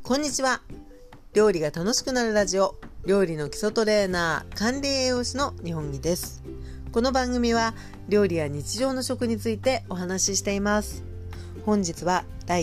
こんにちは。料理が楽しくなるラジオ、料理の基礎トレーナー、管理栄養士の日本木です。この番組は料理や日常の食についてお話ししています。本日は第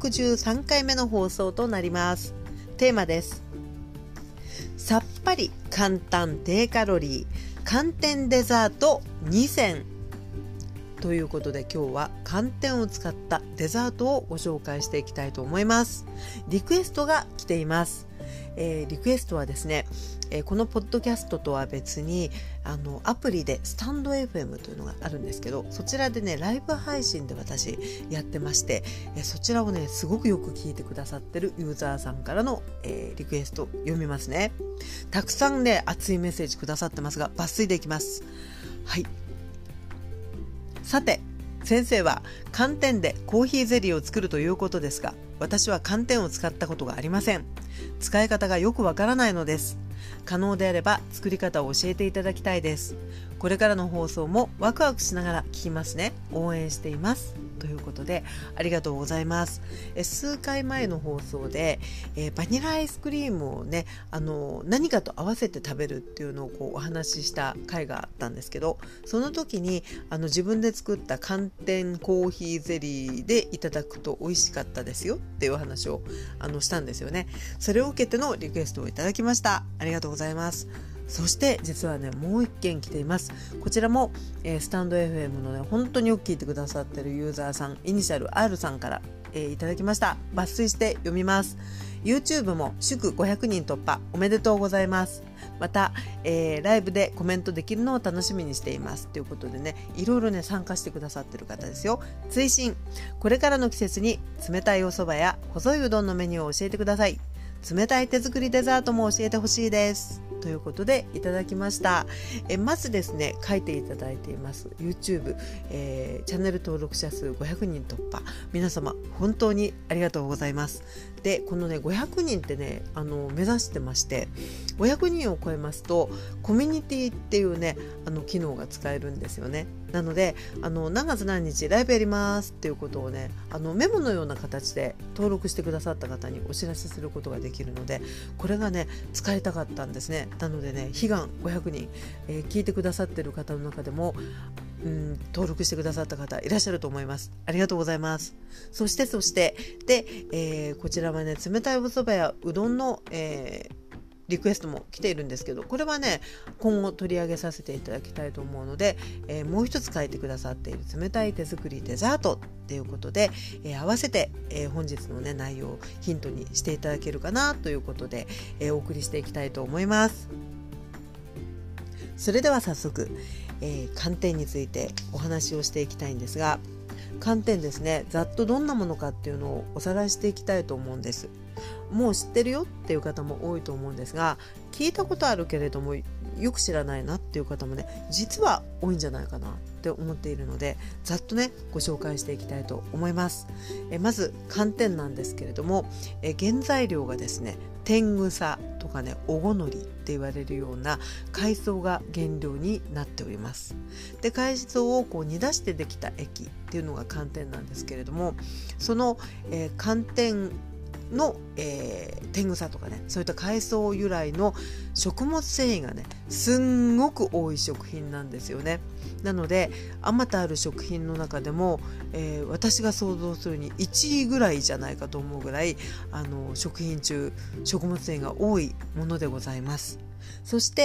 163回目の放送となります。テーマです。さっぱり簡単低カロリー寒天デザート2選ということで、今日は寒天を使ったデザートをご紹介していきたいと思います。リクエストが来ています。リクエストはですね、このポッドキャストとは別にアプリでスタンド FM というのがあるんですけど、そちらでねライブ配信で私やってまして、そちらをねすごくよく聞いてくださってるユーザーさんからの、リクエスト読みますね。たくさんね熱いメッセージくださってますが、抜粋でいきます。はい。さて、先生は寒天でコーヒーゼリーを作るということですが、私は寒天を使ったことがありません。使い方がよくわからないのです。可能であれば作り方を教えていただきたいです。これからの放送もワクワクしながら聞きますね。応援しています。ということで、ありがとうございます。数回前の放送で、バニラアイスクリームをね何かと合わせて食べるっていうのをお話しした回があったんですけど、その時に自分で作った寒天コーヒーゼリーでいただくと美味しかったですよっていう話をしたんですよね。それを受けてのリクエストをいただきました。ありがとうございます。そして実はねもう一件来ています。こちらも、スタンド FM のね本当によく聞いてくださってるユーザーさん、イニシャル R さんから、いただきました。抜粋して読みます。 YouTube も祝500人突破おめでとうございます。また、ライブでコメントできるのを楽しみにしていますということでね、いろいろね参加してくださってる方ですよ。追伸、これからの季節に冷たいお蕎麦や細いうどんのメニューを教えてください。冷たい手作りデザートも教えてほしいですということでいただきました。まずですね、書いていただいています YouTube、チャンネル登録者数500人突破、皆様本当にありがとうございます。でこのね500人ってね目指してまして、500人を超えますとコミュニティっていうね機能が使えるんですよね。なので何月何日ライブやりますっていうことをねメモのような形で登録してくださった方にお知らせすることができるので、これがね使いたかったんですね。なのでね悲願500人、聞いてくださってる方の中でも登録してくださった方いらっしゃると思います。ありがとうございます。そしてで、こちらはね冷たいお蕎麦やうどんの、リクエストも来ているんですけど、これはね今後取り上げさせていただきたいと思うので、もう一つ書いてくださっている冷たい手作りデザートっていうことで、合わせて、本日のね内容をヒントにしていただけるかなということで、お送りしていきたいと思います。それでは早速、寒天についてお話をしていきたいんですが、寒天ですね、ざっとどんなものかっていうのをおさらいしていきたいと思うんです。もう知ってるよっていう方も多いと思うんですが、聞いたことあるけれどもよく知らないなっていう方もね実は多いんじゃないかなって思っているので、ざっとねご紹介していきたいと思います。まず寒天なんですけれども、原材料がですね天草とかねおごのりって言われるような海藻が原料になっております。で海藻を煮出してできた液っていうのが寒天なんですけれども、その、寒天の、天草とかねそういった海藻由来の食物繊維がねすんごく多い食品なんですよね。なのであまたある食品の中でも、私が想像するに1位ぐらいじゃないかと思うぐらい食品中食物繊維が多いものでございます。そして、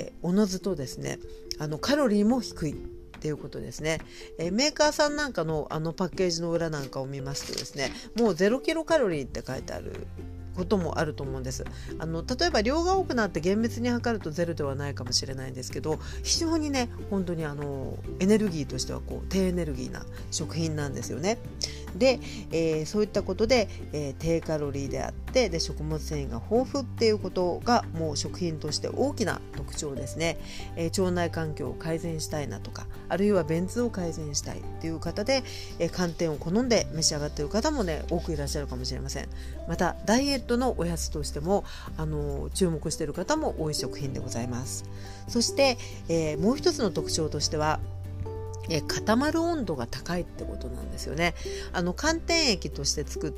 おのずとですねカロリーも低いっていうことですね。メーカーさんなんかのパッケージの裏なんかを見ますとですね、もう0キロカロリーって書いてあることもあると思うんです。例えば量が多くなって厳密に測るとゼロではないかもしれないんですけど、非常にね本当にエネルギーとしては低エネルギーな食品なんですよね。で、そういったことで、低カロリーであってで食物繊維が豊富っていうことがもう食品として大きな特徴ですね。腸内環境を改善したいなとか、あるいは便通を改善したいっていう方で、寒天を好んで召し上がっている方もね多くいらっしゃるかもしれません。またダイエットのおやつとしても注目している方も多い食品でございます。そして、もう一つの特徴としては固まる温度が高いってことなんですよね。寒天液として作って、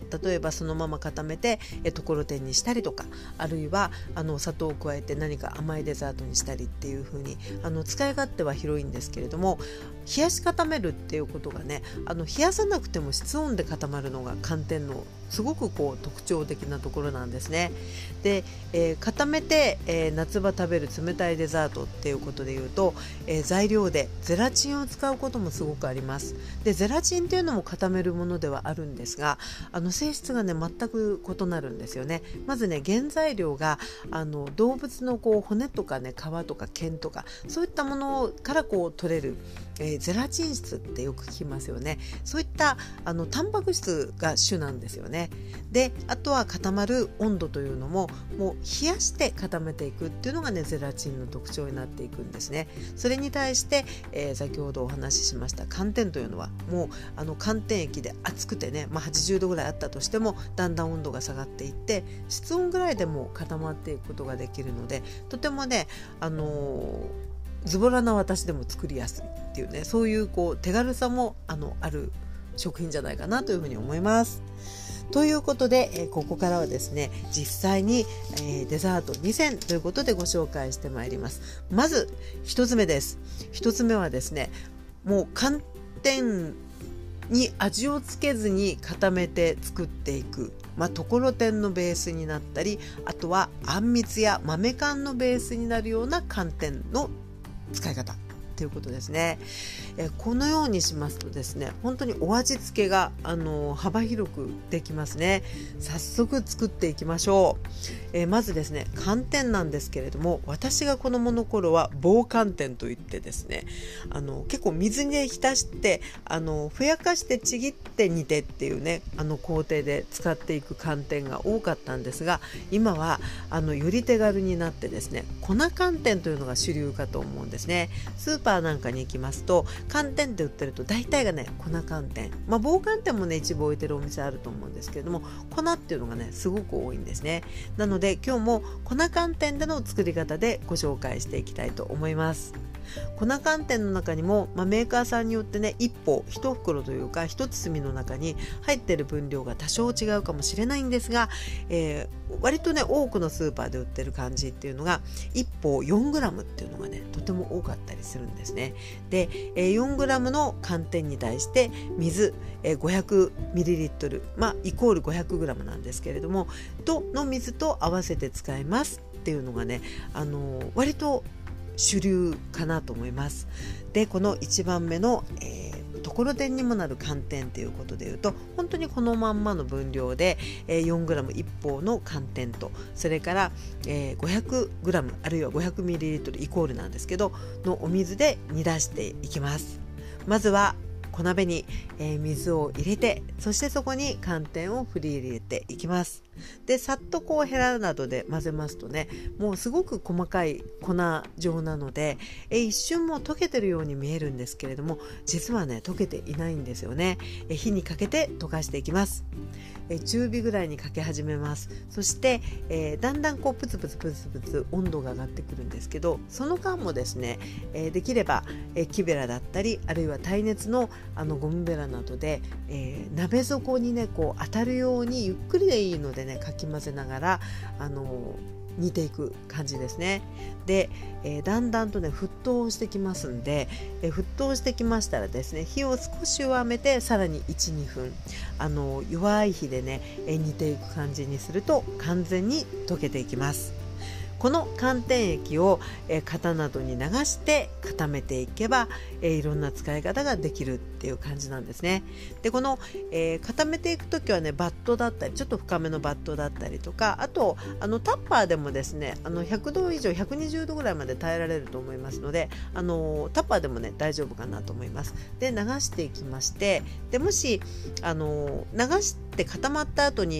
例えばそのまま固めてところてんにしたりとか、あるいは砂糖を加えて何か甘いデザートにしたりっていう風に使い勝手は広いんですけれども、冷やし固めるっていうことがね、冷やさなくても室温で固まるのが寒天のすごく特徴的なところなんですね。で、固めて、夏場食べる冷たいデザートっていうことでいうと、材料でゼラチンを使うこともすごくあります。で、ゼラチンっていうのも固めるものではあるんですが、性質がね全く異なるんですよね。まずね、原材料が動物の骨とかね、皮とか腱とかそういったものから取れる、ゼラチン質ってよく聞きますよね。そういったタンパク質が主なんですよね。で、あとは固まる温度というのももう冷やして固めていくっていうのがね、ゼラチンの特徴になっていくんですね。それに対して、先ほどお話ししました寒天というのはもう寒天液で熱くてね、80度ぐらいあったとしてもだんだん温度が下がっていって室温ぐらいでも固まっていくことができるので、とてもねズボラな私でも作りやすいっていうね、そういう手軽さもある食品じゃないかなというふうに思います。ということで、ここからはですね、実際に、デザート2選ということでご紹介してまいります。まず1つ目です。1つ目はですね、もう寒天に味をつけずに固めて作っていく、ところてんのベースになったり、あとはあんみつや豆缶のベースになるような寒天の使い方ということですね。このようにしますとですね、本当にお味付けが幅広くできますね。早速作っていきましょう。まずですね、寒天なんですけれども、私が子供の頃は棒寒天といってですね、結構水に浸してふやかしてちぎって煮てっていうね工程で使っていく寒天が多かったんですが、今はより手軽になってですね、粉寒天というのが主流かと思うんですね。スーパーなんかに行きますと寒天って売ってると大体がね粉寒天、棒寒天もね一部置いてるお店あると思うんですけれども、粉っていうのがねすごく多いんですね。なので今日も粉寒天での作り方でご紹介していきたいと思います。粉寒天の中にも、メーカーさんによってね1袋というか1包みの中に入っている分量が多少違うかもしれないんですが、割とね多くのスーパーで売ってる感じっていうのが1包 4g っていうのがねとても多かったりするんですね。で、4g の寒天に対して水、500ml、イコール 500g なんですけれどもの水と合わせて使いますっていうのがね割と主流かなと思います。で、この1番目の、ところてんにもなる寒天ということでいうと、本当にこのまんまの分量で、4g1 包の寒天と、それから、500g あるいは 500ml イコールなんですけどのお水で煮出していきます。まずは小鍋に、水を入れて、そしてそこに寒天を振り入れていきます。で、さっとヘラなどで混ぜますとね、もうすごく細かい粉状なので、一瞬もう溶けてるように見えるんですけれども、実はね溶けていないんですよね。火にかけて溶かしていきます。中火ぐらいにかけ始めます。そして、だんだんプツプツプツプツ温度が上がってくるんですけど、その間もですね、できれば、木べらだったり、あるいは耐熱のゴムベラなどで、鍋底にね当たるようにゆっくりでいいのでねかき混ぜながら煮ていく感じですね。で、だんだんとね沸騰してきますんで、沸騰してきましたらですね、火を少し弱めてさらに 1,2 分弱い火でね煮ていく感じにすると完全に溶けていきます。この寒天液を型などに流して固めていけばいろんな使い方ができるっていう感じなんですね。で、この固めていくときはねバットだったりちょっと深めのバットだったりとか、あとタッパーでもですね100度以上120度ぐらいまで耐えられると思いますのでタッパーでもね大丈夫かなと思います。で、流していきまして、でもし流して固まった後に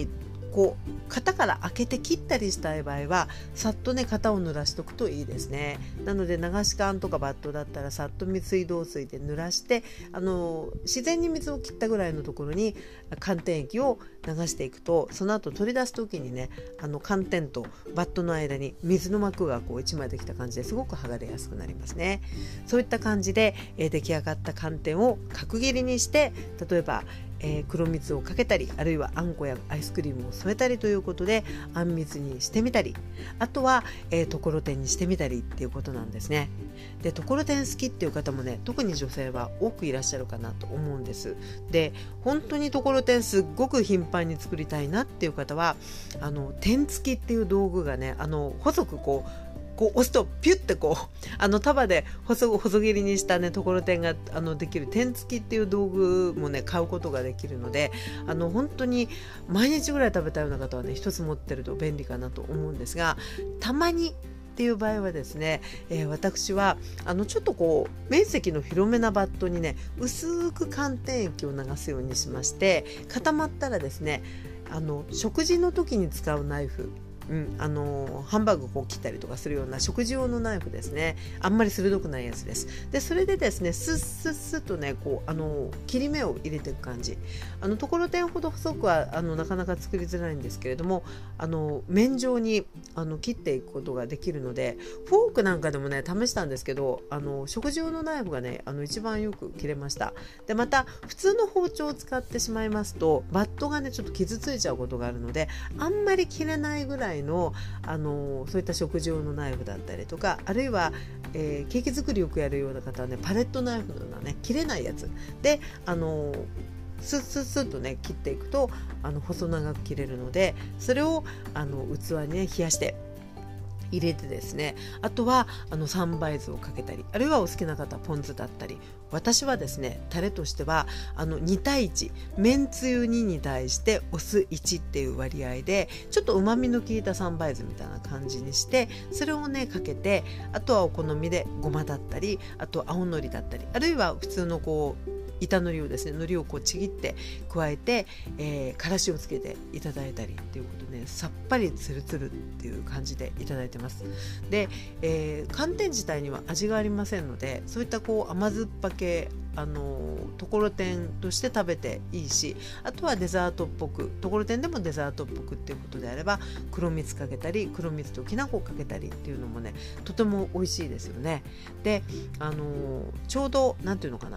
こう型から開けて切ったりしたい場合はさっとね型を濡らしとくといいですね。なので流し缶とかバットだったらさっと水道水で濡らして自然に水を切ったぐらいのところに寒天液を流していくと、その後取り出す時にね寒天とバットの間に水の膜がこう1枚できた感じですごく剥がれやすくなりますね。そういった感じで、出来上がった寒天を角切りにして、例えば黒蜜をかけたり、あるいはあんこやアイスクリームを添えたりということであんみつにしてみたり、あとはところてんにしてみたりっていうことなんですね。でところてん好きっていう方もね特に女性は多くいらっしゃるかなと思うんです。で本当にところてんすっごく頻繁に作りたいなっていう方は天付きっていう道具がね細くこう押すとピュッてこう束で細切りにしたねところてんができる天付きっていう道具もね買うことができるので本当に毎日ぐらい食べたような方はね一つ持ってると便利かなと思うんですが、たまにっていう場合はですね、私はちょっとこう面積の広めなバットにね薄く寒天液を流すようにしまして、固まったらですね食事の時に使うナイフ、ハンバーグをこう切ったりとかするような食事用のナイフですね。あんまり鋭くないやつです。でそれでですねスッスッスッとねこう切り目を入れていく感じ。ところてんほど細くはなかなか作りづらいんですけれども面状に切っていくことができるので、フォークなんかでもね試したんですけど食事用のナイフがね一番よく切れました。でまた普通の包丁を使ってしまいますとバットがねちょっと傷ついちゃうことがあるので、あんまり切れないぐらいのそういった食事用のナイフだったりとか、あるいは、ケーキ作りよくやるような方はねパレットナイフのようなね切れないやつでスッスッスッとね切っていくと細長く切れるので、それを器にね冷やして入れてですね、あとは三杯酢をかけたり、あるいはお好きな方はポン酢だったり、私はですねタレとしては2対1、めんつゆ2に対してお酢1っていう割合でちょっとうまみの効いた三杯酢みたいな感じにして、それをねかけて、あとはお好みでごまだったり、あと青のりだったり、あるいは普通のこう板のりをですね海苔をこうちぎって加えて、からしをつけていただいたりっていうことで、ね、さっぱりつるつるっていう感じでいただいてます。で、寒天自体には味がありませんので、そういったこう甘酸っぱ系ところてんとして食べていいし、あとはデザートっぽく、ところてんでもデザートっぽくっていうことであれば黒蜜かけたり、黒蜜ときな粉をかけたりっていうのもねとても美味しいですよね。でちょうどなんていうのかな、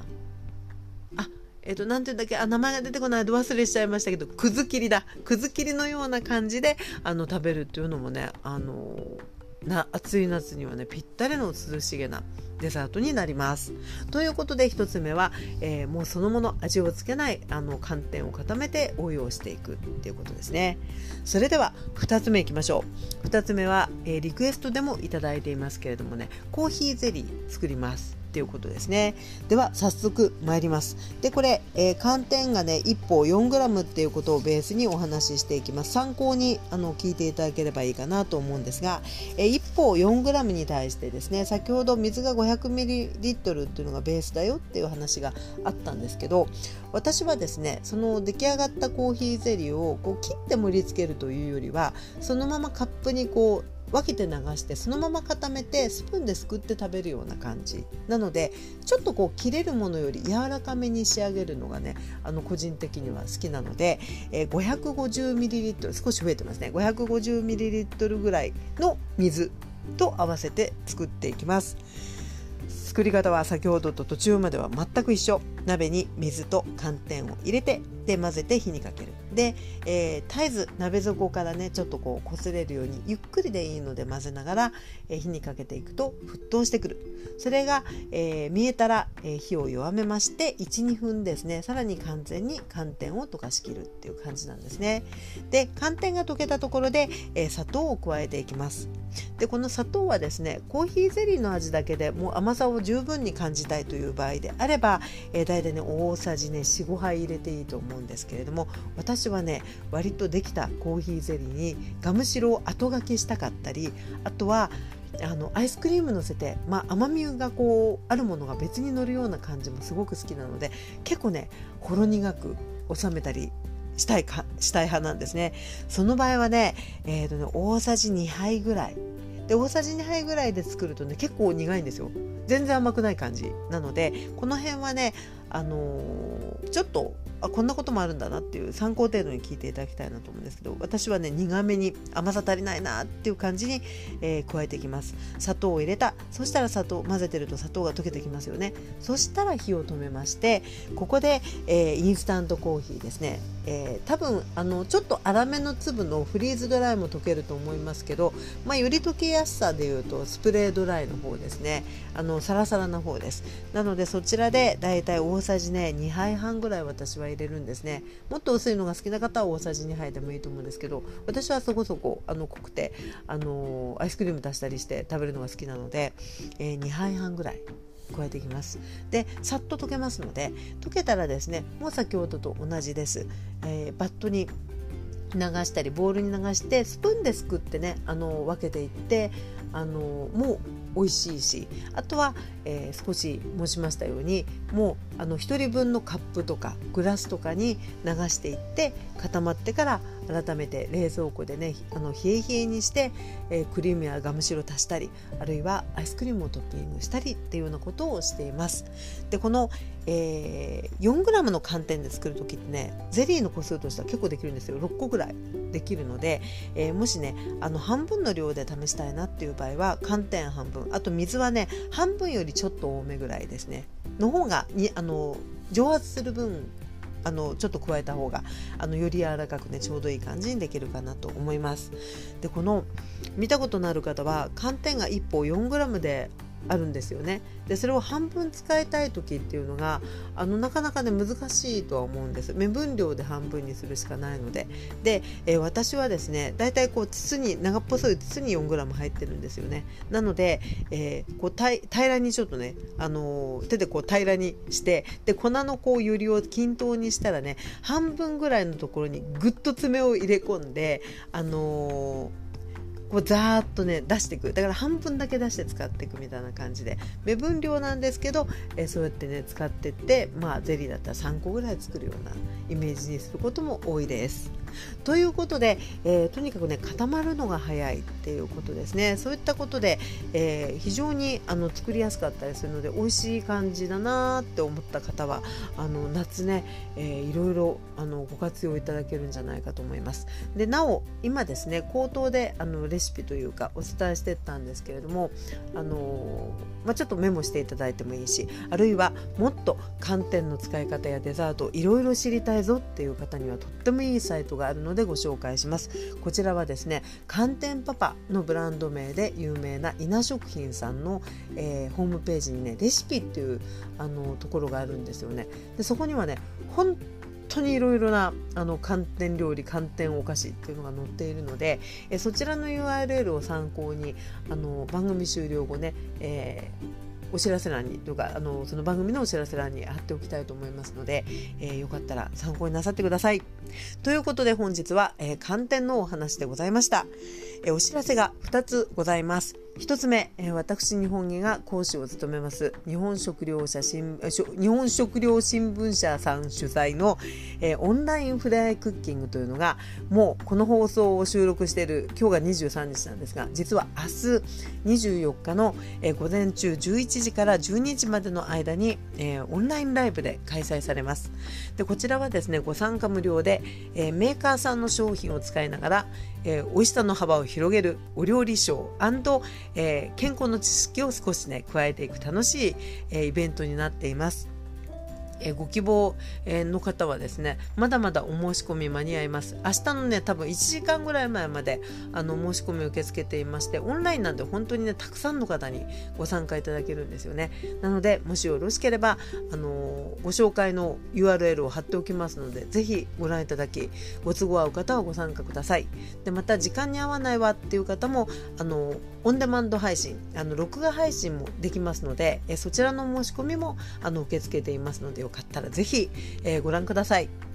なんていうんだっけ、名前が出てこない、忘れしちゃいましたけど、くず切りだ、くず切りのような感じで食べるっていうのもね暑い夏にはねぴったりの涼しげなデザートになります。ということで1つ目は、もうそのもの味をつけない寒天を固めて応用していくっていうことですね。それでは2つ目いきましょう。2つ目は、リクエストでもいただいていますけれどもね、コーヒーゼリー作りますっていうことですね。では早速参ります。でこれ、寒天がね1包 4g っていうことをベースにお話ししていきます。参考に聞いていただければいいかなと思うんですが、1包 4g に対してですね、先ほど水が 500ml っていうのがベースだよっていう話があったんですけど、私はですねその出来上がったコーヒーゼリーをこう切って盛り付けるというよりは、そのままカップにこう分けて流してそのまま固めてスプーンですくって食べるような感じなので、ちょっとこう切れるものより柔らかめに仕上げるのがね個人的には好きなので、550ml、 少し増えてますね、550ml ぐらいの水と合わせて作っていきます。作り方は先ほどと途中までは全く一緒。鍋に水と寒天を入れて、で混ぜて火にかける。で、絶えず鍋底からねちょっとこう擦れるようにゆっくりでいいので混ぜながら、火にかけていくと沸騰してくる。それが、見えたら、火を弱めまして 1,2 分ですね、さらに完全に寒天を溶かしきるっていう感じなんですね。で寒天が溶けたところで、砂糖を加えていきます。でこの砂糖はですねコーヒーゼリーの味だけでもう甘さを十分に感じたいという場合であれば、大体ね大さじね 4,5 杯入れていいと思うんですけれども、私はね割とできたコーヒーゼリーにガムシロを後がけしたかったり、あとはアイスクリーム乗せて、甘みがこうあるものが別に乗るような感じもすごく好きなので、結構ねほろ苦く収めたりしたい派なんですね。その場合はね、大さじ2杯ぐらいで、大さじ2杯ぐらいで作るとね結構苦いんですよ。全然甘くない感じなので、この辺はね、ちょっとこんなこともあるんだなっていう参考程度に聞いていただきたいなと思うんですけど、私はね苦めに甘さ足りないなっていう感じに、加えていきます。砂糖を入れた。そしたら混ぜてると砂糖が溶けてきますよね。そしたら火を止めまして、ここで、インスタントコーヒーですね。多分ちょっと粗めの粒のフリーズドライも溶けると思いますけど、より溶けやすさでいうとスプレードライの方ですね。サラサラな方です。なのでそちらでだいたい大さじね2杯半ぐらい私は入れるんですね。もっと薄いのが好きな方は大さじ2杯でもいいと思うんですけど、私はそこそこ濃くてアイスクリーム足したりして食べるのが好きなので、2杯半ぐらい加えていきます。でさっと溶けますので、溶けたらですね、もう先ほどと同じです。バットに流したりボウルに流してスプーンですくってね分けていって、もう美味しいし、あとは、少し申しましたようにもう1人分のカップとかグラスとかに流していって、固まってから改めて冷蔵庫でね冷え冷えにして、クリームやガムシロ足したり、あるいはアイスクリームをトッピングしたりっていうようなことをしています。でこの、4g の寒天で作る時ってね、ゼリーの個数としては結構できるんですよ。6個ぐらいできるので、もしね半分の量で試したいなっていう場合は寒天半分、あと水はね半分よりちょっと多めぐらいですねの方が蒸発する分ちょっと加えた方がより柔らかくねちょうどいい感じにできるかなと思います。でこの見たことのある方は寒天が1包 4g であるんですよね。でそれを半分使いたい時っていうのがなかなかね難しいとは思うんです。目分量で半分にするしかないので。で、私はですねだいたい筒に長っぽい筒に 4g 入ってるんですよね。なので、平らにちょっとね手で平らにして、で粉の揺りを均等にしたらね、半分ぐらいのところにぐっと爪を入れ込んでザーッとね出していく。だから半分だけ出して使っていくみたいな感じで、目分量なんですけど、そうやってね使っていって、ゼリーだったら3個ぐらい作るようなイメージにすることも多いです。ということで、とにかくね固まるのが早いっていうことですね。そういったことで、非常に作りやすかったりするので、美味しい感じだなって思った方は夏ね、いろいろご活用いただけるんじゃないかと思います。でなお今ですね口頭でレシピというかお伝えしていったんですけれども、ちょっとメモしていただいてもいいし、あるいはもっと寒天の使い方やデザートいろいろ知りたいぞっていう方にはとってもいいサイトがあるのでご紹介します。こちらはですね、寒天パパのブランド名で有名な稲食品さんの、ホームページにねレシピっていうところがあるんですよね。でそこにはね本当にいろいろな寒天料理、寒天お菓子っていうのが載っているので、そちらの URL を参考に番組終了後ね、お知らせ欄にというかその番組のお知らせ欄に貼っておきたいと思いますので、よかったら参考になさってください。ということで本日は、寒天のお話でございました。お知らせが2つございます。1つ目、私日本木が講師を務めます日本食料新聞社さん主催の、オンラインフライクッキングというのが、もうこの放送を収録している今日が23日なんですが、実は明日24日の、午前中11時から12時までの間に、オンラインライブで開催されます。でこちらはですねご参加無料で、メーカーさんの商品を使いながら、美味しさの幅を広げるお料理ショー&健康の知識を少しね加えていく楽しい、イベントになっています。ご希望の方はですねまだまだお申し込み間に合います。明日のね多分1時間ぐらい前まで申し込みを受け付けていまして、オンラインなんで本当にねたくさんの方にご参加いただけるんですよね。なのでもしよろしければご紹介の URL を貼っておきますので、ぜひご覧いただき、ご都合合う方はご参加ください。でまた時間に合わないわっていう方もオンデマンド配信録画配信もできますので、そちらの申し込みも受け付けていますので、よかったらぜひ、ご覧ください。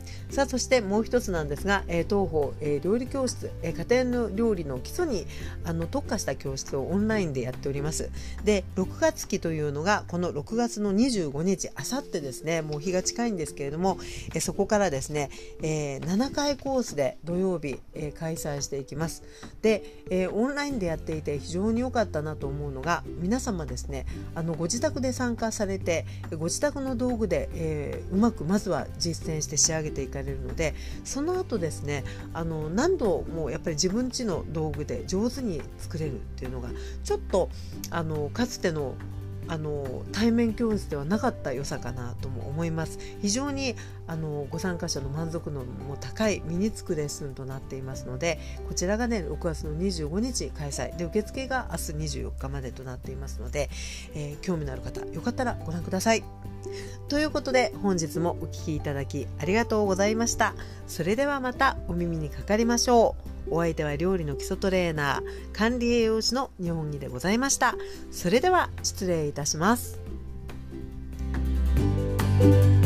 さあ、そしてもう一つなんですが、当方、料理教室、家庭の料理の基礎に特化した教室をオンラインでやっております。で、6月期というのがこの6月の25日、あさってですね、もう日が近いんですけれども、そこからですね、7回コースで土曜日、開催していきます。で、オンラインでやっていて非常に良かったなと思うのが、皆様ですね、ご自宅で参加されて、ご自宅の道具で、うまくまずは実践して仕上げていかれるので、その後ですね、何度もやっぱり自分家の道具で上手に作れるっていうのがちょっとかつての対面教室ではなかった良さかなとも思います。非常にご参加者の満足度も高い身につくレッスンとなっていますので、こちらがね6月の25日開催で、受付が明日24日までとなっていますので、興味のある方よかったらご覧ください。ということで、本日もお聞きいただきありがとうございました。それではまたお耳にかかりましょう。お相手は料理の基礎トレーナー、管理栄養士の日本木でございました。それでは失礼いたします。